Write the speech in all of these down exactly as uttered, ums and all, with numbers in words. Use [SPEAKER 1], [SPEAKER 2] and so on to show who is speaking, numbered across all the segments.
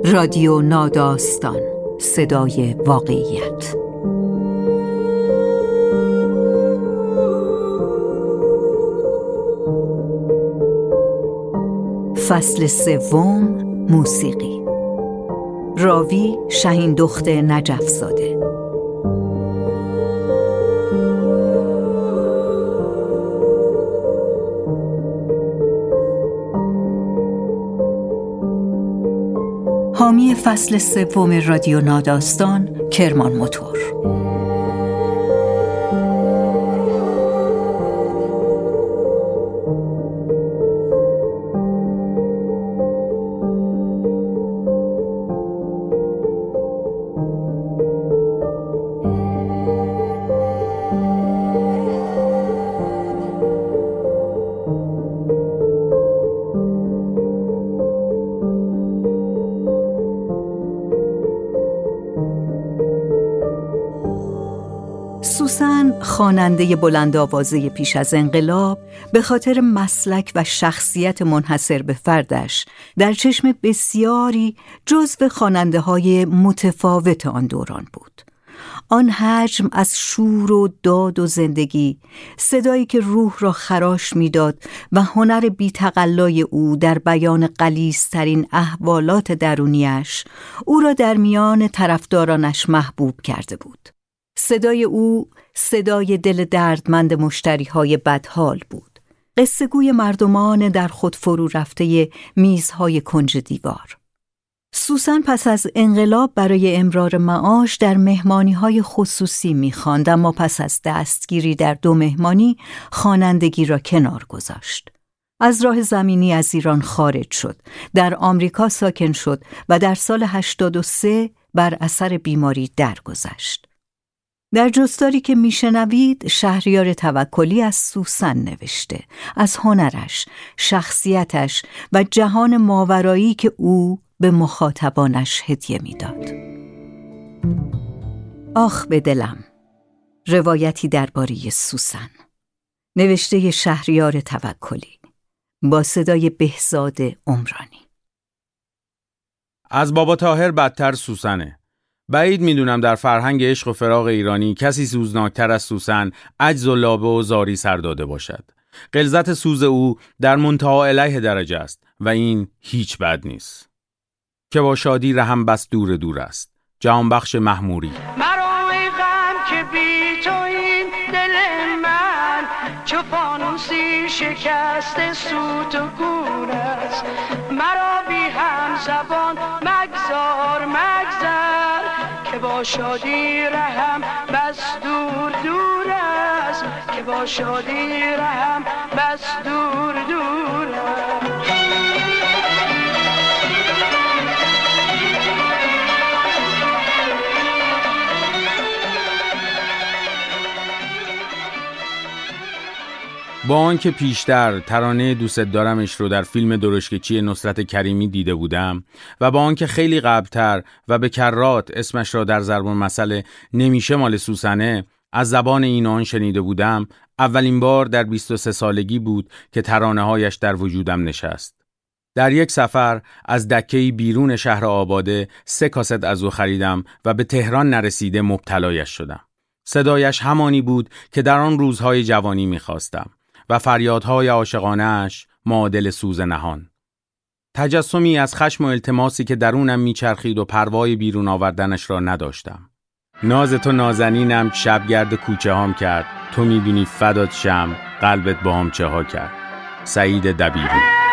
[SPEAKER 1] رادیو ناداستان، صدای واقعیت. فصل سوم، موسیقی. راوی شهیندخت نجف‌زاده. حامی فصل سوم رادیو ناداستان، کرمان موتور. سوسن، خواننده بلند آوازه پیش از انقلاب، به خاطر مسلک و شخصیت منحصر به فردش در چشم بسیاری جزو خواننده‌های متفاوت آن دوران بود. آن حجم از شور و داد و زندگی، صدایی که روح را خراش می‌داد و هنر بی‌تقلای او در بیان غلیظ‌ترین احوالات درونیش، او را در میان طرفدارانش محبوب کرده بود. صدای او صدای دل دردمند مشتری‌های بدحال بود، قصه‌گوی مردمان در خود فرو رفته میزهای کنج دیوار. سوسن پس از انقلاب برای امرار معاش در مهمانی‌های خصوصی می‌خواند، اما پس از دستگیری در دو مهمانی خوانندگی را کنار گذاشت. از راه زمینی از ایران خارج شد، در آمریکا ساکن شد و در سال هشتاد و سه بر اثر بیماری درگذشت. در جستاری که میشنوید، شهریار توکلی از سوسن نوشته، از هنرش، شخصیتش و جهان ماورایی که او به مخاطبانش هدیه میداد. آخ به دلم، روایتی درباره سوسن، نوشته شهریار توکلی، با صدای بهزاد عمرانی.
[SPEAKER 2] از بابا طاهر بدتر سوسنه. بعید میدونم در فرهنگ عشق و فراق ایرانی کسی سوزناکتر از سوسن عجز و لابه و زاری سر داده باشد. غلظت سوز او در منتهی الیه درجه است و این هیچ بد نیست. که با شادی رهم بس دور دور است. جهانبخش محموری.
[SPEAKER 3] مرا ای غم که بی تو این دل من چو فانوسی شکست سوت و گون است. مرا بی هم زبان مگذار مگذر که با شادی رهم بس دور دور است. که با شادی رهم بس دور دور است.
[SPEAKER 2] با آنکه پیشتر ترانه دوست دارمش رو در فیلم درشکچی نصرت کریمی دیده بودم و با آنکه خیلی قبلتر و به کرات اسمش را در ضرب المثل نمیشه مال سوسنه از زبان این آن شنیده بودم، اولین بار در بیست و سه سالگی بود که ترانه هایش در وجودم نشست. در یک سفر از دکه‌ای بیرون شهر آباده سه کاست از او خریدم و به تهران نرسیده مبتلایش شدم. صدایش همانی بود که در آن روزهای جوانی می‌خواستم و فریادهای عاشقانه‌اش معادل سوز نهان. تجسمی از خشم و التماسی که درونم میچرخید و پروای بیرون آوردنش را نداشتم. ناز تو نازنینم شبگرد کوچه هام کرد، تو میبینی فدات شم قلبت با هم چه ها کرد. سعید دبیری.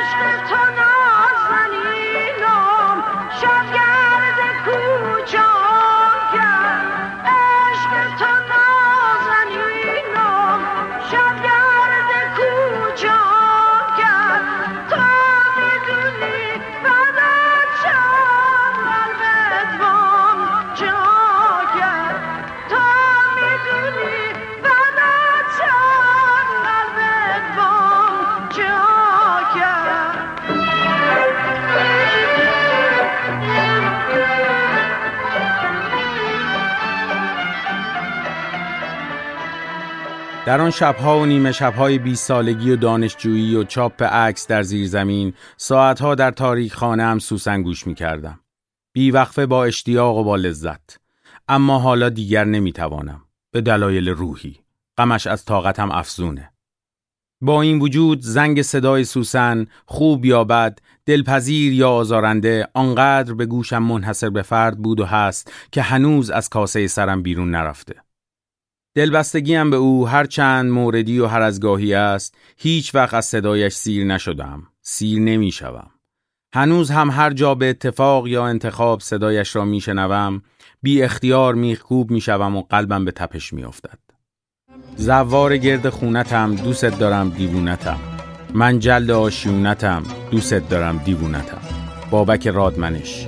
[SPEAKER 2] در آن شبها و نیمه شبهای بیست سالگی و دانشجویی و چاپ عکس در زیرزمین، ساعتها در تاریک خانه‌ام سوسن گوش می‌کردم. بیوقفه با اشتیاق و با لذت. اما حالا دیگر نمیتوانم. به دلایل روحی. غمش از طاقتم افزونه. با این وجود زنگ صدای سوسن، خوب یا بد، دلپذیر یا آزارنده، آنقدر به گوشم منحصر به فرد بود و هست که هنوز از کاسه سرم بیرون نرفته. دلبستگیم به او هر چند موردی و هر از گاهی است، هیچ وقت از صدایش سیر نشدم، سیر نمی شوم. هنوز هم هر جا به اتفاق یا انتخاب صدایش را می شنوم، بی اختیار میخکوب می شوم و قلبم به تپش می افتد. زوار گرد خونتم، دوست دارم دیوونتم. من جلد آشیونتم، دوست دارم دیوونتم. بابک رادمنش.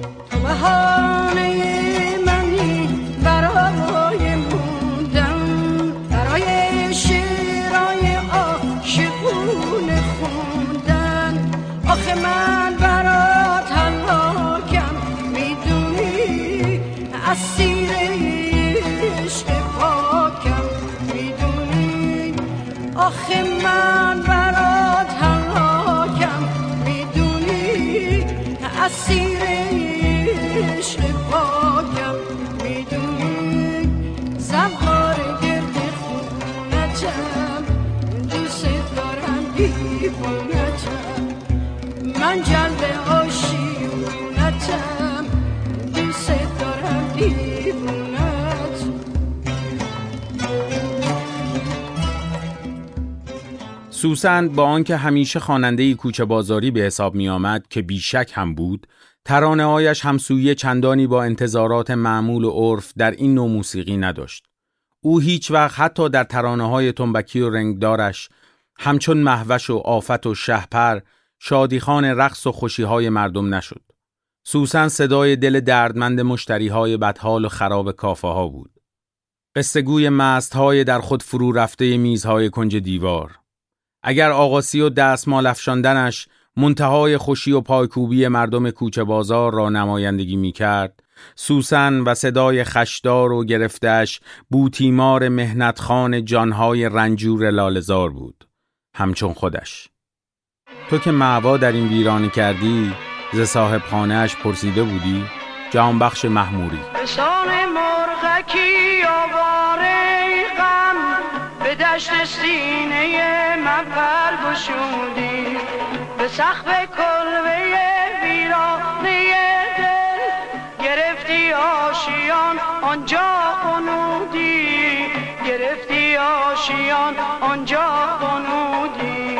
[SPEAKER 3] آخه من برات هلاکم میدونی، اسیر عشق پاکم میدونی، زوار گرد خونتم، دوست دارم دیوونتم. من جلد آشیونتم، دوست دارم دیوونتم.
[SPEAKER 2] سوسن با آنکه همیشه خواننده کوچه بازاری به حساب می آمد که بیشک هم بود، ترانه‌هایش همسویی چندانی با انتظارات معمول و عرف در این نوع موسیقی نداشت. او هیچ وقت حتی در ترانه‌های تنبکی و رنگدارش همچون مهوش و آفت و شهپر شادیخوان رقص و خوشی‌های مردم نشد. سوسن صدای دل دردمند مشتری‌های بدحال و خراب کافه‌ها بود. قصه‌گوی مست‌های در خود فرو رفته میزهای کنج دیوار. اگر آقاسی و دستمال افشاندنش منتهای خوشی و پایکوبی مردم کوچه بازار را نمایندگی می کرد، سوسن و صدای خشدار و گرفتش بوتیمار مهنتخان جانهای رنجور لالزار بود، همچون خودش. تو که معوا در این ویرانه کردی، ز صاحب خانه‌اش پرسیده بودی؟ جهانبخش محموری.
[SPEAKER 3] بسان مرغکی آواره غم، به دشت سینه من پر گشودی، به سقف کلبه ویرانه دل گرفتی آشیان، آنجا قنودی، گرفتی آشیان، آنجا قنودی.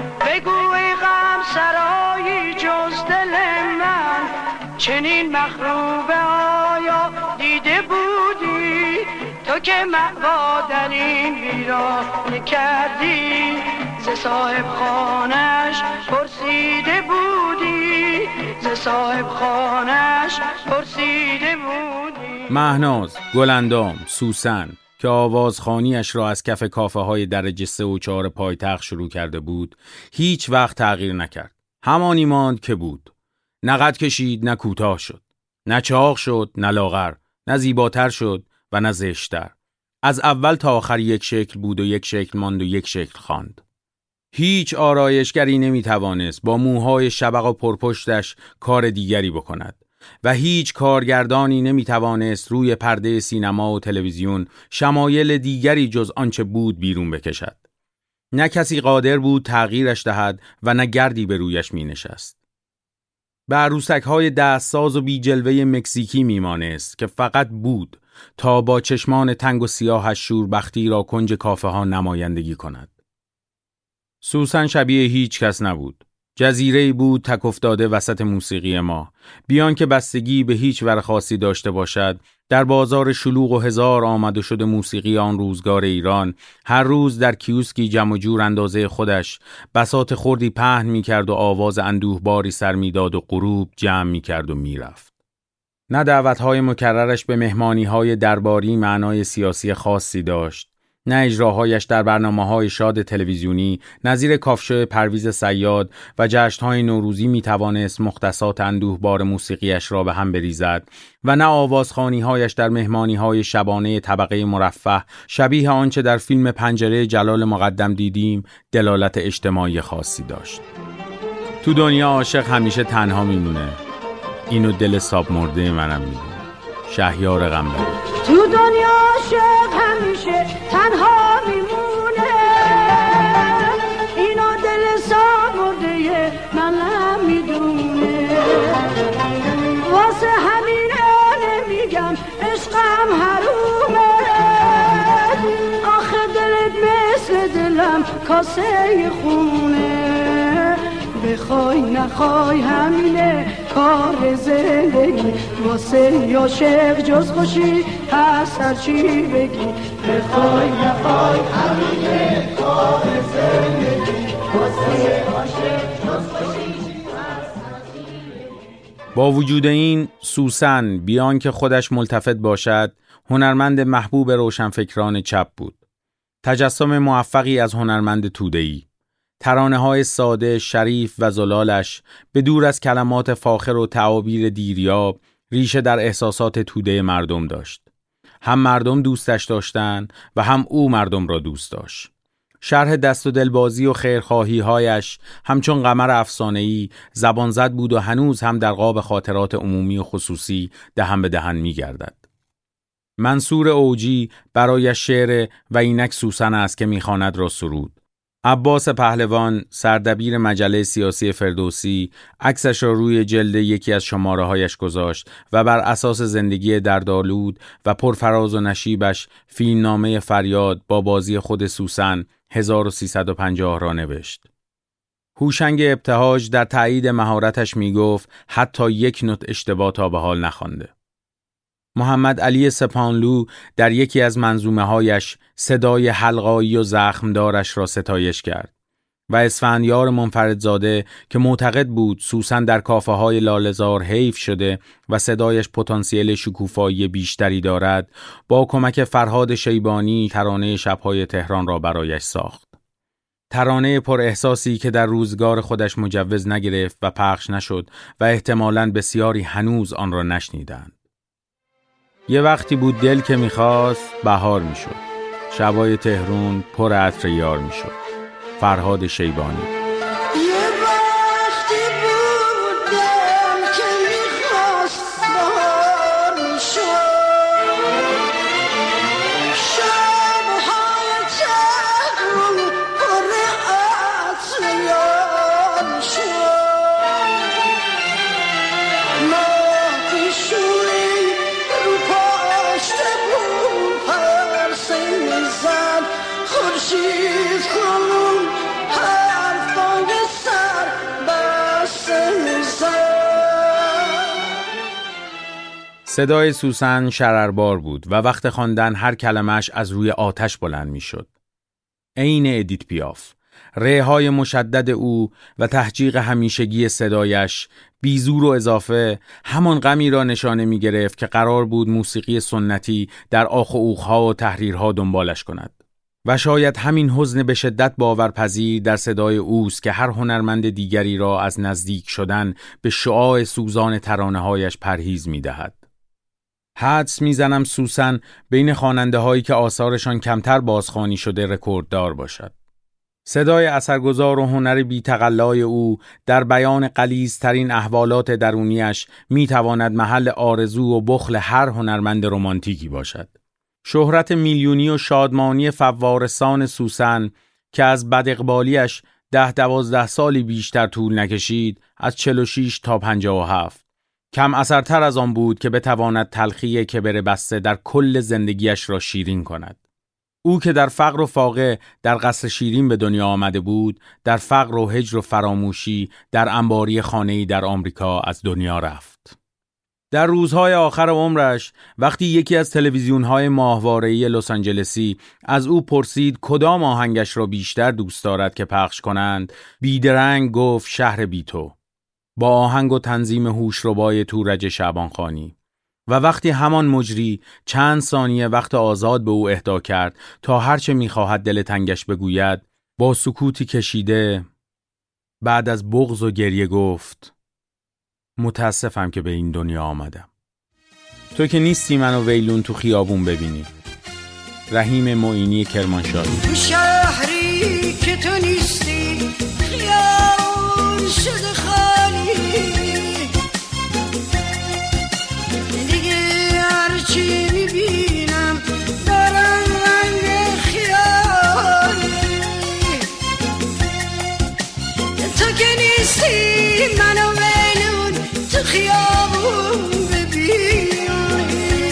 [SPEAKER 3] بگوی غم سرایی جز دل من، چنین مخروبه آیا دیده بودی؟ تو که مأوا در این ویرانه کردی، ز صاحب خانه‌اش پرسیده بودی، ز صاحب خانه‌اش پرسیده بودی.
[SPEAKER 2] مهناز، گلندام، سوسن که آوازخوانیش را از کف کافه های درجه سه و چهار پایتخت شروع کرده بود، هیچ وقت تغییر نکرد. همانی ماند که بود. نه قد کشید، نه کوتاه شد، نه چاق شد، نه لاغر، نه زیباتر شد و نه زشتر. از اول تا آخر یک شکل بود و یک شکل ماند و یک شکل خواند. هیچ آرایشگری نمیتوانست با موهای شبق و پرپشتش کار دیگری بکند و هیچ کارگردانی نمیتوانست روی پرده سینما و تلویزیون شمایل دیگری جز آنچه بود بیرون بکشد. نه کسی قادر بود تغییرش دهد و نه گردی به رویش می نشست. به عروسک‌های دستساز و بی جلوه مکزیکی میمانست که فقط بود تا با چشمان تنگ و سیاهش شوربختی را کنج کافه ها نمایندگی کند. سوسن شبیه هیچ کس نبود. جزیره‌ای بود تک افتاده وسط موسیقی ما، بیان که بستگی به هیچ ور خاصی داشته باشد. در بازار شلوغ و هزار آمد و شد موسیقی آن روزگار ایران، هر روز در کیوسکی جمع و جور اندازه خودش بساط خردی پهن می کرد و آواز اندوهباری سر می داد و غروب جمع می کرد و می رفت. نه دعوتهای مکررش به مهمانیهای درباری معنای سیاسی خاصی داشت، نه اجراهایش در برنامه‌های شاد تلویزیونی نظیر کافشو پرویز صیاد و جشن‌های نوروزی می‌توانست مختصات اندوهبار موسیقیش را به هم بریزد و نه آوازخوانی‌هایش در مهمانی‌های شبانه طبقه مرفه شبیه آنچه در فیلم پنجره جلال مقدم دیدیم دلالت اجتماعی خاصی داشت. تو دنیا عاشق همیشه تنها میمونه. اینو دل ساب مرده منم میدونه. شهیار قنبری.
[SPEAKER 3] تو دنیا عاشق همیشه تنها میمونه، اینو دل ساب مرده منم میدونه. واسه همینه نمیگم عشقم حرومه، آخه دلت مثل دلم کاسه خونه. بخوای نخوای همینه کار زندگی، واسه عاشق جز خوشی هست هر چی بگی. بخوای نخوای همینه کار زندگی، واسه عاشق جز خوشی هست هر چی بگی.
[SPEAKER 2] با وجود این، سوسن بیان که خودش ملتفت باشد، هنرمند محبوب روشنفکران چپ بود. تجسم موفقی از هنرمند توده‌ای. ترانه‌های ساده، شریف و زلالش به دور از کلمات فاخر و تعابیر دیریاب ریشه در احساسات توده مردم داشت. هم مردم دوستش داشتند و هم او مردم را دوست داشت. شرح دست و دلبازی و خیرخواهی‌هایش همچون قمر افسانه‌ای زبان زد بود و هنوز هم در قاب خاطرات عمومی و خصوصی دهن به دهن می‌گردد. منصور اوجی برای شعر و اینک سوسن است که می‌خواند را سرود. عباس پهلوان، سردبیر مجله سیاسی فردوسی، عکسش را روی جلد یکی از شماره‌هایش گذاشت و بر اساس زندگی دردآلود و پرفراز و نشیبش فیلمنامه فریاد با بازی خود سوسن هزار و سیصد و پنجاه را نوشت. هوشنگ ابتهاج در تایید مهارتش می گفت حتی یک نوت اشتباه تا به حال نخوانده. محمد علی سپانلو در یکی از منظومه‌هایش صدای حلقایی و زخمدارش را ستایش کرد و اسفندیار منفردزاده که معتقد بود سوسن در کافه‌های لاله‌زار حیف شده و صدایش پتانسیل شکوفایی بیشتری دارد، با کمک فرهاد شیبانی ترانه شب‌های تهران را برایش ساخت. ترانه پر احساسی که در روزگار خودش مجوز نگرفت و پخش نشد و احتمالاً بسیاری هنوز آن را نشنیدند. یه وقتی بود دل که میخواست بهار میشد، شبای تهران پر عطر یار میشد. فرهاد شیبانی. صدای سوسن شرربار بود و وقت خواندن هر کلمش از روی آتش بلند می شد. عین ادیت پیاف. ریهای مشدد او و تحجیق همیشگی صدایش بی زور و اضافه همان غمی را نشانه می گرفت که قرار بود موسیقی سنتی در آخ و اوخها و تحریرها دنبالش کند. و شاید همین حزن به شدت باورپذیر در صدای اوست که هر هنرمند دیگری را از نزدیک شدن به شعاع سوزان ترانه‌هایش پرهیز می دهد. حدس میزنم سوسن بین خواننده هایی که آثارشان کمتر بازخوانی شده رکورددار باشد. صدای اثرگذار و هنر بی‌تقلای او در بیان غلیظترین احوالات درونیش میتواند محل آرزو و بخل هر هنرمند رمانتیکی باشد. شهرت میلیونی و شادمانی فوارسان سوسن که از بداقبالیش ده دوازده سالی بیشتر طول نکشید، از چهل و شش تا پنجاه و هفت کم اثرتر از آن بود که بتواند تلخی کبر بسته در کل زندگیش را شیرین کند. او که در فقر و فاقه در قصر شیرین به دنیا آمده بود، در فقر و هجر و فراموشی در انباری خانه‌ای در آمریکا از دنیا رفت. در روزهای آخر عمرش وقتی یکی از تلویزیون‌های ماهواره‌ای لس آنجلسی از او پرسید کدام آهنگش را بیشتر دوست دارد که پخش کنند، بیدرنگ گفت شهر بی تو، با آهنگ و تنظیم هوشربای تورج شعبانخانی. و وقتی همان مجری چند ثانیه وقت آزاد به او اهدا کرد تا هرچه می‌خواهد دل تنگش بگوید، با سکوتی کشیده بعد از بغض و گریه گفت متاسفم که به این دنیا آمدم. تو که نیستی منو ویلون تو خیابون ببینی. رحیم معینی کرمانشاهی.
[SPEAKER 3] تو شهری که تو نیستی خیابون شده خالی، ببینی،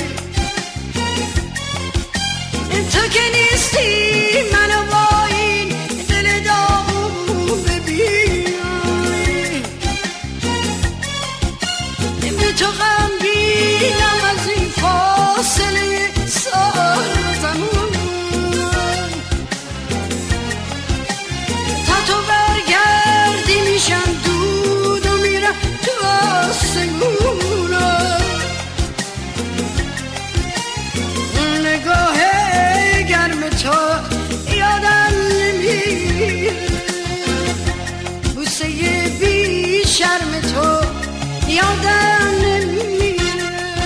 [SPEAKER 3] تو که نیستی منو با این دل داغون ببینی، به تو غمگینم از این فاصله سال و زمان، تا تو برگردی میشم دود و میرم تو آسمونا، نگاه گرم تو یادم نمیره، بوسه بی شرم تو یادم نمیره.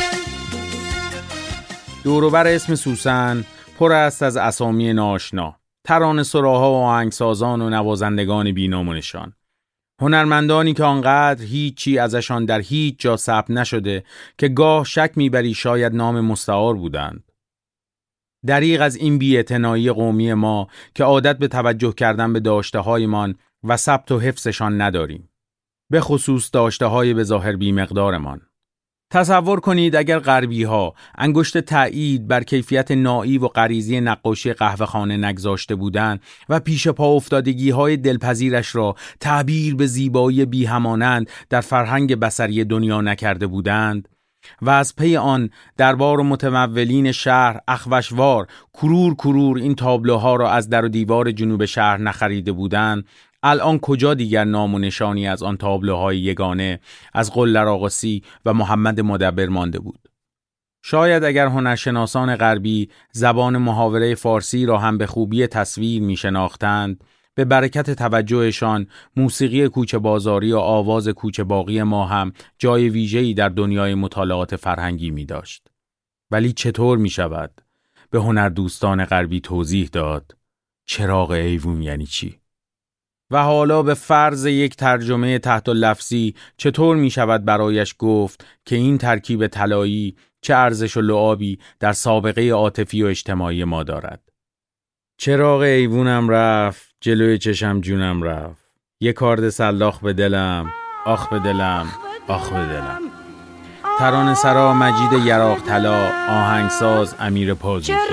[SPEAKER 2] دوروبر اسم سوسن پر است از اسامی ناآشنا، ترانه سراها و آهنگسازان و نوازندگان بی‌نام و نشان، هنرمندانی که آنقدر هیچی ازشان در هیچ جا ثبت نشده که گاه شک میبری شاید نام مستعار بودند. دریغ از این بی‌اعتنایی قومی ما که عادت به توجه کردن به داشته‌هایمان و ثبت و حفظشان نداریم، به خصوص داشته‌های به ظاهر بی‌مقدارمان. تصور کنید اگر غربی‌ها انگشت تأیید بر کیفیت نائی و غریزی نقاشی قهوه‌خانه نگذاشته بودند و پیش پا افتادگی‌های دلپذیرش را تعبیر به زیبایی بی‌همانند در فرهنگ بصری دنیا نکرده بودند و از پی آن دربار و متمولین شهر اخوشوار کرور کرور این تابلوها را از در و دیوار جنوب شهر نخریده بودند، الان کجا دیگر نام و نشانی از آن تابلوهای یگانه از قلدر آقاسی و محمد مدبر مانده بود؟ شاید اگر هنرشناسان غربی زبان محاوره فارسی را هم به خوبی تصویر می شناختند، به برکت توجهشان موسیقی کوچه بازاری و آواز کوچه باقی ما هم جای ویژه‌ای در دنیای مطالعات فرهنگی می داشت. ولی چطور می شود به هنردوستان غربی توضیح داد چراغ ایوون یعنی چی؟ و حالا به فرض یک ترجمه تحت لفظی چطور می شود برایش گفت که این ترکیب طلایی چه ارزش و لعابی در سابقه عاطفی و اجتماعی ما دارد؟ چراغ ایوونم رفت، جلوی چشم جونم رفت، یک کارد سلاخ به دلم، آخ به دلم، آخ به دلم. ترانه سرا مجید یراق طلا، آهنگساز امیر پازوکی.
[SPEAKER 3] چراغ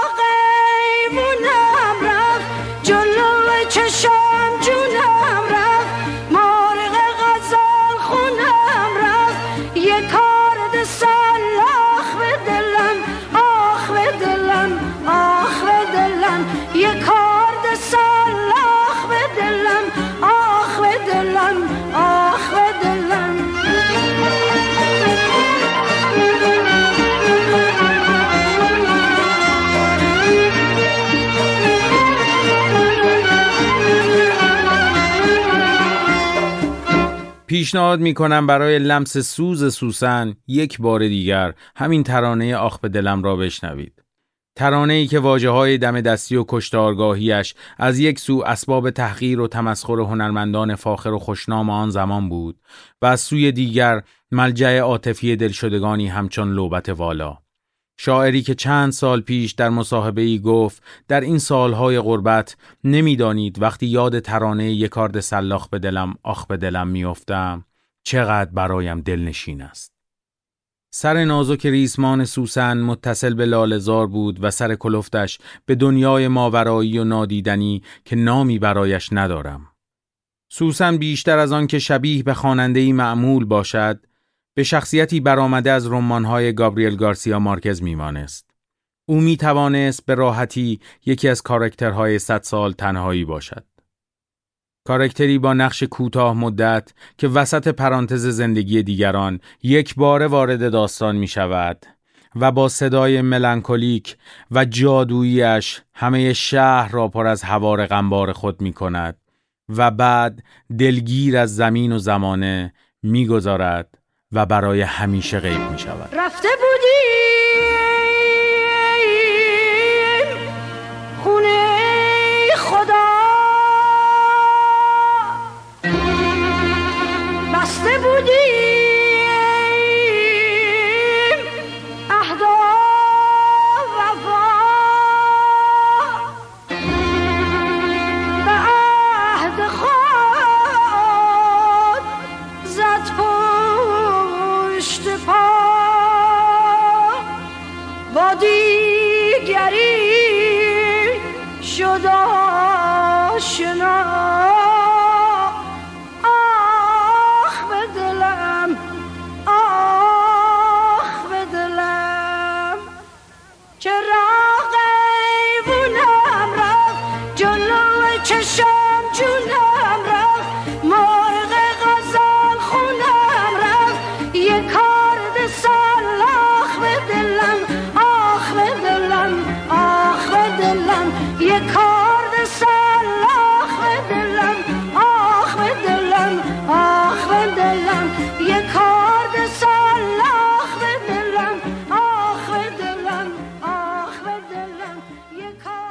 [SPEAKER 3] ایوونم رفت، جلوی چشم جونم رفت، مرغ غزال خونم رفت، یک کارد سلاخ به دلم، آخ به دلم، آخ به دلم، یک کارد سلاخ به دلم، آخ به دلم، آخ به دلم.
[SPEAKER 2] پیشنهاد می کنم برای لمس سوز سوسن یک بار دیگر همین ترانه آخ به دلم را بشنوید. ترانه‌ای که واژه‌های دم دستی و کشتارگاهیش از یک سو اسباب تحقیر و تمسخر هنرمندان فاخر و خوشنام آن زمان بود و از سوی دیگر ملجأ عاطفی دلشدگانی همچون لوبت والا. شاعری که چند سال پیش در مصاحبه‌ای گفت در این سالهای غربت نمیدانید وقتی یاد ترانه یک کارد سلاخ به دلم آخ به دلم میافتم چقدر برایم دلنشین است. سر نازک ریسمان سوسن متصل به لاله‌زار بود و سر کلفتش به دنیای ماورایی و نادیدنی که نامی برایش ندارم. سوسن بیشتر از آن که شبیه به خواننده‌ای معمول باشد، به شخصیتی برآمده از رمان‌های گابریل گارسیا مارکز میمانست. او میتوانست به راحتی یکی از کاراکترهای صد سال تنهایی باشد. کاراکتری با نقش کوتاه مدت که وسط پرانتز زندگی دیگران یک باره وارد داستان می شود و با صدای ملانکولیک و جادوییش همه شهر را پر از هوار غمبار خود می کند و بعد دلگیر از زمین و زمانه می گذارد و برای همیشه غیب می شود.
[SPEAKER 3] رفته بودی خونه خدا، بسته بودی عهد و وفا، به عهد خود زد پشت پشت پا با دیگری شد آشنا. آخ به دلم، آخ به دلم، چرا قیبونم رفت جلو چشم جونم رفت، مرغ غزال خونم رفت، یک کارد سال. آخ به دلم، آخ به دلم، آخ به دلم، یک کارد سال. آخ به دلم، آخ به دلم، آخ به دلم، یک کارد سال. آخ به دلم، آخ به دلم، آخ به دلم، یک کارد